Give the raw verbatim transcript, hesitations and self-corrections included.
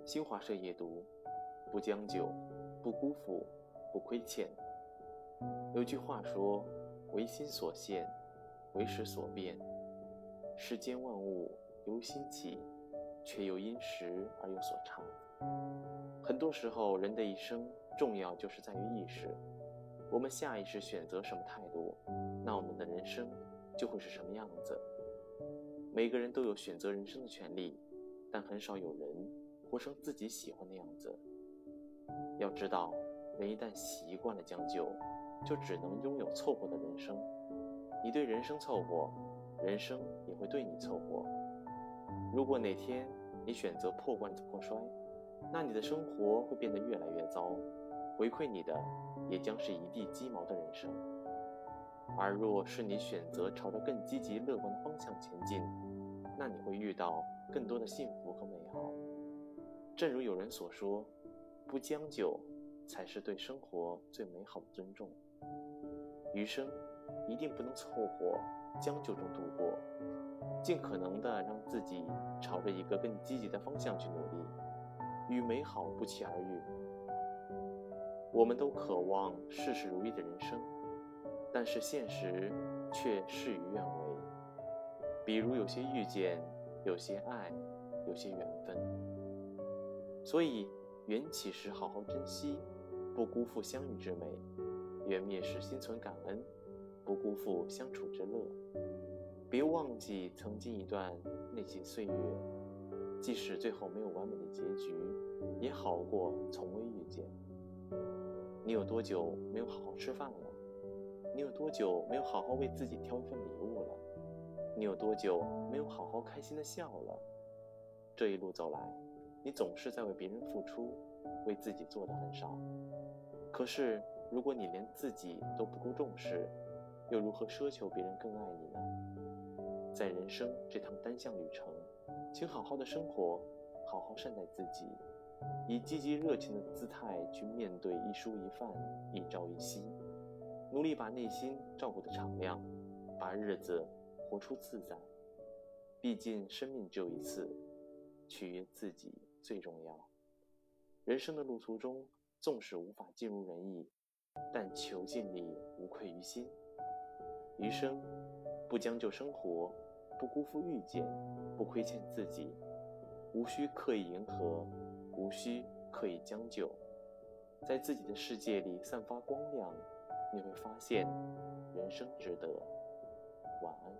新华社夜读，不将就，不辜负，不亏欠。有句话说，唯心所现，唯识所变。世间万物由心起，却又因时而有所差。很多时候，人的一生重要就是在于意识。我们下意识选择什么态度，那我们的人生就会是什么样子。每个人都有选择人生的权利，但很少有人活成自己喜欢的样子。要知道，人一旦习惯了将就，就只能拥有凑合的人生。你对人生凑合，人生也会对你凑合。如果哪天你选择破罐子破摔，那你的生活会变得越来越糟，回馈你的也将是一地鸡毛的人生。而若是你选择朝着更积极乐观的方向前进，那你会遇到更多的幸福和美好。正如有人所说，不将就才是对生活最美好的尊重。余生一定不能凑合将就中度过，尽可能的让自己朝着一个更积极的方向去努力，与美好不期而遇。我们都渴望事事如意的人生，但是现实却事与愿违。比如有些遇见，有些爱，有些缘分。所以缘起时好好珍惜，不辜负相遇之美；缘灭时心存感恩，不辜负相处之乐。别忘记曾经一段那些岁月，即使最后没有完美的结局，也好过从未遇见。你有多久没有好好吃饭了？你有多久没有好好为自己挑一份礼物了？你有多久没有好好开心的笑了？这一路走来，你总是在为别人付出，为自己做的很少。可是如果你连自己都不够重视，又如何奢求别人更爱你呢？在人生这趟单向旅程，请好好的生活，好好善待自己，以积极热情的姿态去面对一蔬一饭，一朝一夕，努力把内心照顾得敞亮，把日子活出自在。毕竟生命只有一次，取悦自己最重要。人生的路途中，纵使无法尽如人意，但求尽力无愧于心。余生不将就生活，不辜负遇见，不亏欠自己，无需刻意迎合，无需刻意将就，在自己的世界里散发光亮，你会发现人生值得。晚安。